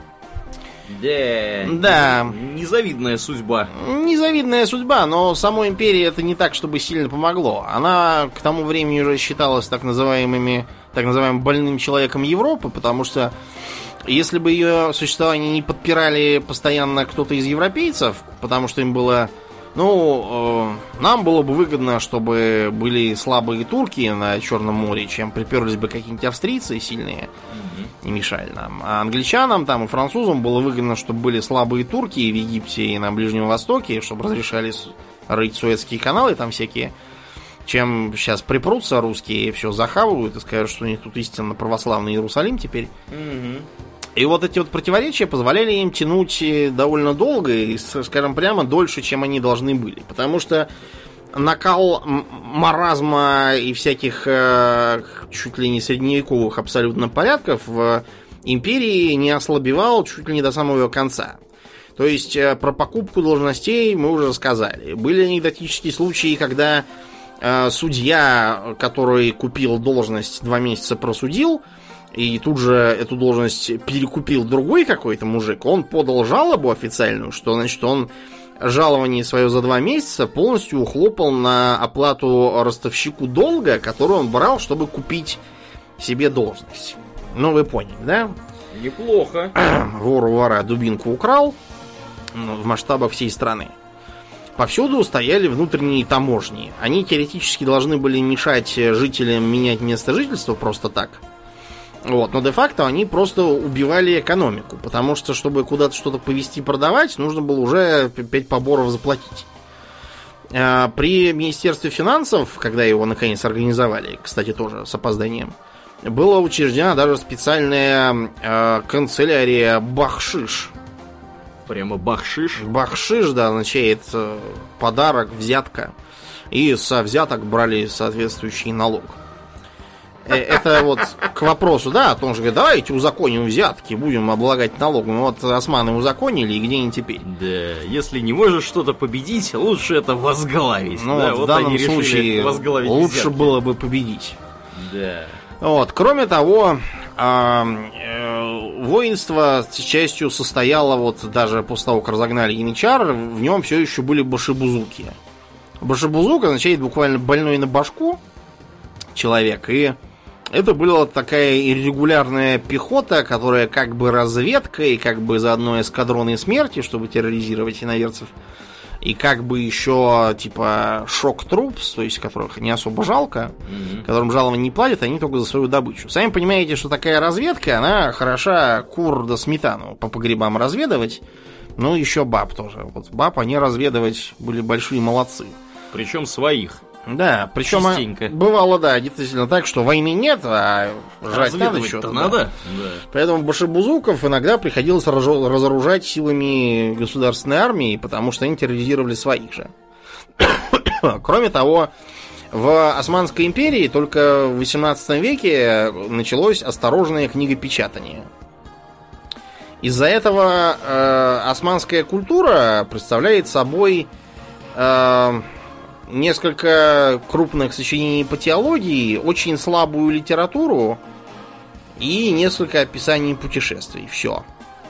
Да. Да. Незавидная судьба. Незавидная судьба, но самой империи это не так, чтобы сильно помогло. Она к тому времени уже считалась так называемыми, так называемым больным человеком Европы, потому что если бы ее существование не подпирали постоянно кто-то из европейцев, потому что им было... Ну, э, нам было бы выгодно, чтобы были слабые турки на Черном море, чем приперлись бы какие-нибудь австрийцы сильные и мешали нам. А англичанам там и французам было выгодно, чтобы были слабые турки и в Египте, и на Ближнем Востоке, чтобы разрешали рыть Суэцкие каналы там всякие, чем сейчас припрутся русские и все захавывают и скажут, что у них тут истинно православный Иерусалим теперь. Угу. И вот эти вот противоречия позволяли им тянуть довольно долго и, скажем прямо, дольше, чем они должны были. Потому что накал маразма и всяких э, чуть ли не средневековых абсолютно порядков в империи не ослабевал чуть ли не до самого ее конца. То есть э, про покупку должностей мы уже сказали. Были анекдотические случаи, когда э, судья, который купил должность, два месяца просудил, и тут же эту должность перекупил другой какой-то мужик, он подал жалобу официальную, что, значит, он жалование свое за два месяца полностью ухлопал на оплату ростовщику долга, который он брал, чтобы купить себе должность. Ну, вы поняли, да? Неплохо. Вор у вора дубинку украл в масштабах всей страны. Повсюду стояли внутренние таможни. Они теоретически должны были мешать жителям менять место жительства просто так. Вот, но де-факто они просто убивали экономику, потому что, чтобы куда-то что-то повезти продавать, нужно было уже пять поборов заплатить. При Министерстве финансов, когда его наконец организовали, кстати, тоже с опозданием, была учреждена даже специальная э, канцелярия бахшиш. Прямо бахшиш? Бахшиш, да, означает э, подарок, взятка. И со взяток брали соответствующий налог. Это вот к вопросу, да, о том же, давайте узаконим взятки, будем облагать налогом. Вот османы узаконили, и где они теперь? Да, если не можешь что-то победить, лучше это возглавить. Ну, да, вот вот в данном они случае лучше взятки. Было бы победить. Да. Вот, кроме того, э, э, воинство с частью состояло, вот даже после того, как разогнали янычар, в нем все еще были башибузуки. Башибузук означает буквально больной на башку человек, и это была такая иррегулярная пехота, которая как бы разведка, и как бы заодно эскадроны смерти, чтобы терроризировать иноверцев, и как бы еще типа шок-трупс, то есть которых не особо жалко, mm-hmm. которым жалования не платят, они только за свою добычу. Сами понимаете, что такая разведка, она хороша кур да сметану по погребам разведывать, ну еще баб тоже. Вот баб они разведывать были большие молодцы. Причем своих. Да, причем бывало, да, действительно так, что войны нет, а жрать надо что-то. Надо? Да. Да. Поэтому башибузуков иногда приходилось разоружать силами государственной армии, потому что они терроризировали своих же. Кроме того, в Османской империи только в восемнадцатом веке началось осторожное книгопечатание. Из-за этого э, османская культура представляет собой... Э, несколько крупных сочинений по теологии, очень слабую литературу и несколько описаний путешествий. Все.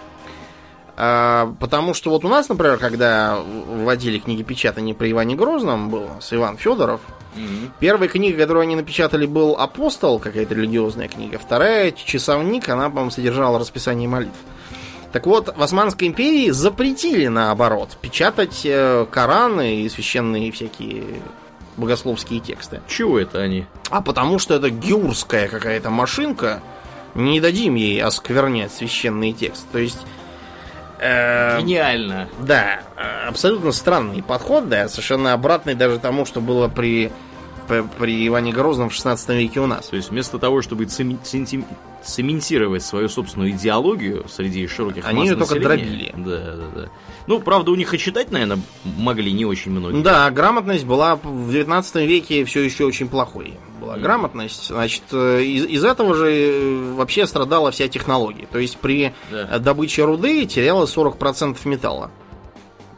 А, потому что вот у нас, например, когда вводили книгопечатание при Иване Грозном, был с Иван Федоров, mm-hmm. первая книга, которую они напечатали, был «Апостол», какая-то религиозная книга. Вторая «Часовник», она, по-моему, содержала расписание молитв. Так вот, в Османской империи запретили, наоборот, печатать э, Кораны и священные всякие богословские тексты. Чего это они? А потому что это геурская какая-то машинка. Не дадим ей осквернять священный текст. То есть... Э, Гениально. Да, абсолютно странный подход, да, совершенно обратный даже тому, что было при, при, при Иване Грозном в шестнадцатом веке у нас. То есть вместо того, чтобы цементировать свою собственную идеологию среди широких масс они населения. Они ее только дробили. Да, да, да. Ну, правда, у них и читать, наверное, могли не очень многие. Да, грамотность была в девятнадцатом веке все еще очень плохой. Была mm-hmm. грамотность. Значит, из, из этого же вообще страдала вся технология. То есть при да. добыче руды терялось сорок процентов металла.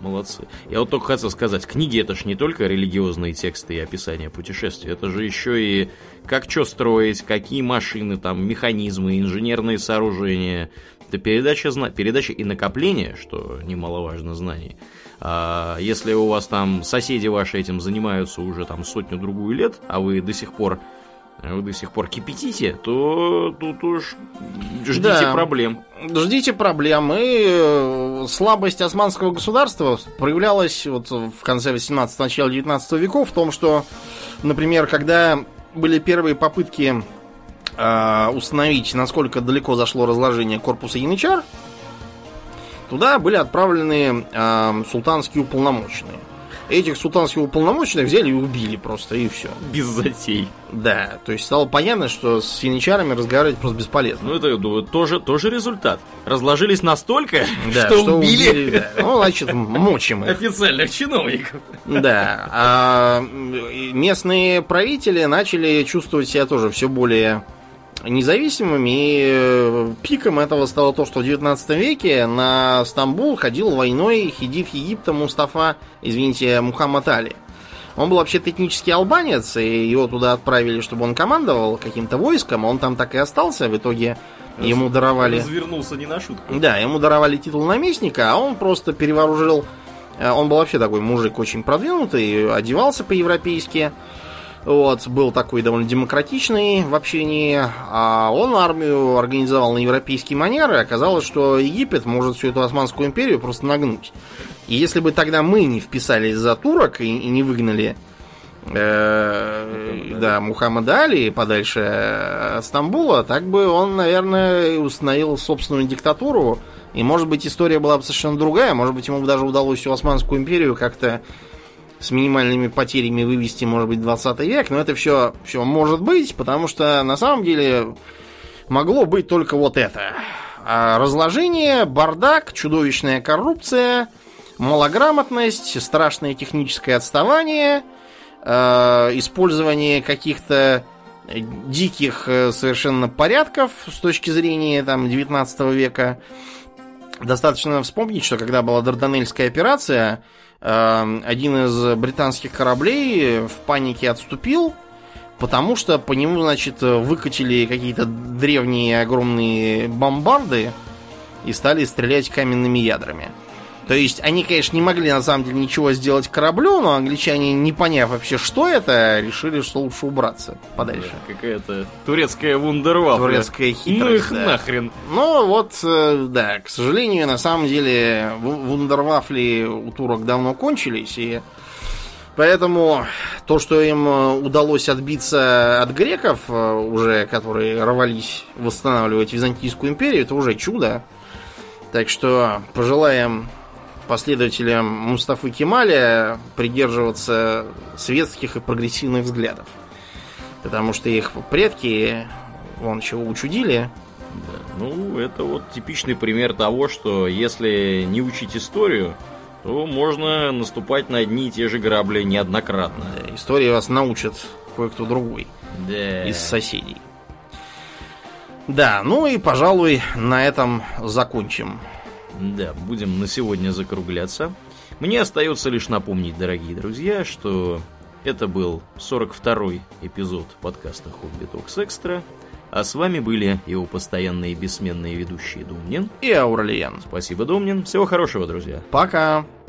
молодцы. Я вот только хотел сказать, книги это ж не только религиозные тексты и описания путешествий, это же еще и как что строить, какие машины, там, механизмы, инженерные сооружения. Это передача, зна... передача и накопление, что немаловажно, знаний. А если у вас там соседи ваши этим занимаются уже там сотню-другую лет, а вы до сих пор вы до сих пор кипятите, то тут уж ждите да. проблем. Ждите проблем. И слабость османского государства проявлялась вот в конце восемнадцатого, начале девятнадцатого веков в том, что, например, когда были первые попытки э, установить, насколько далеко зашло разложение корпуса янычар, туда были отправлены э, султанские уполномоченные. Этих султанских уполномоченных взяли и убили просто, и все. Без затей. Да, то есть стало понятно, что с янычарами разговаривать просто бесполезно. Ну, это думаю, тоже, тоже результат. Разложились настолько, да, что, что убили. убили да. Ну, значит, мочим их. Официальных чиновников. Да, а местные правители начали чувствовать себя тоже все более независимыми, и пиком этого стало то, что в девятнадцатом веке на Стамбул ходил войной хидив Египта Мустафа, извините, Мухаммад Али. Он был вообще-то этнический албанец, и его туда отправили, чтобы он командовал каким-то войском, он там так и остался, в итоге Раз, ему даровали... Развернулся не на шутку. Да, ему даровали титул наместника, а он просто перевооружил... Он был вообще такой мужик очень продвинутый, одевался по-европейски. Вот, был такой довольно демократичный в общении, а он армию организовал на европейский манер, и оказалось, что Египет может всю эту Османскую империю просто нагнуть. И если бы тогда мы не вписались за турок и, и не выгнали э, да, Мухаммада Али подальше от Стамбула, так бы он, наверное, установил собственную диктатуру, и, может быть, история была бы совершенно другая, может быть, ему бы даже удалось всю Османскую империю как-то с минимальными потерями вывести, может быть, двадцатый век, но это все, все может быть, потому что на самом деле могло быть только вот это. Разложение, бардак, чудовищная коррупция, малограмотность, страшное техническое отставание, использование каких-то диких совершенно порядков с точки зрения там, девятнадцатого века. Достаточно вспомнить, что когда была Дарданельская операция, один из британских кораблей в панике отступил, потому что по нему, значит, выкатили какие-то древние огромные бомбарды и стали стрелять каменными ядрами. То есть они, конечно, не могли на самом деле ничего сделать кораблю, но англичане, не поняв вообще, что это, решили, что лучше убраться подальше. Да, какая-то турецкая вундервафля. Турецкая хитрость. Ну их да. нахрен. Ну вот, да, к сожалению, на самом деле вундервафли у турок давно кончились, и поэтому то, что им удалось отбиться от греков, уже которые рвались восстанавливать Византийскую империю, это уже чудо. Так что пожелаем последователям Мустафы Кемаля придерживаться светских и прогрессивных взглядов. Потому что их предки вон чего учудили. Да, ну, это вот типичный пример того, что если не учить историю, то можно наступать на одни и те же грабли неоднократно. Да, история вас научит кое-кто другой да. из соседей. Да, ну и, пожалуй, на этом закончим. Да, будем на сегодня закругляться. Мне остается лишь напомнить, дорогие друзья, что это был сорок второй эпизод подкаста Хобби Токс Экстра. А с вами были его постоянные бессменные ведущие Домнин и Аурельян. Спасибо, Домнин. Всего хорошего, друзья. Пока.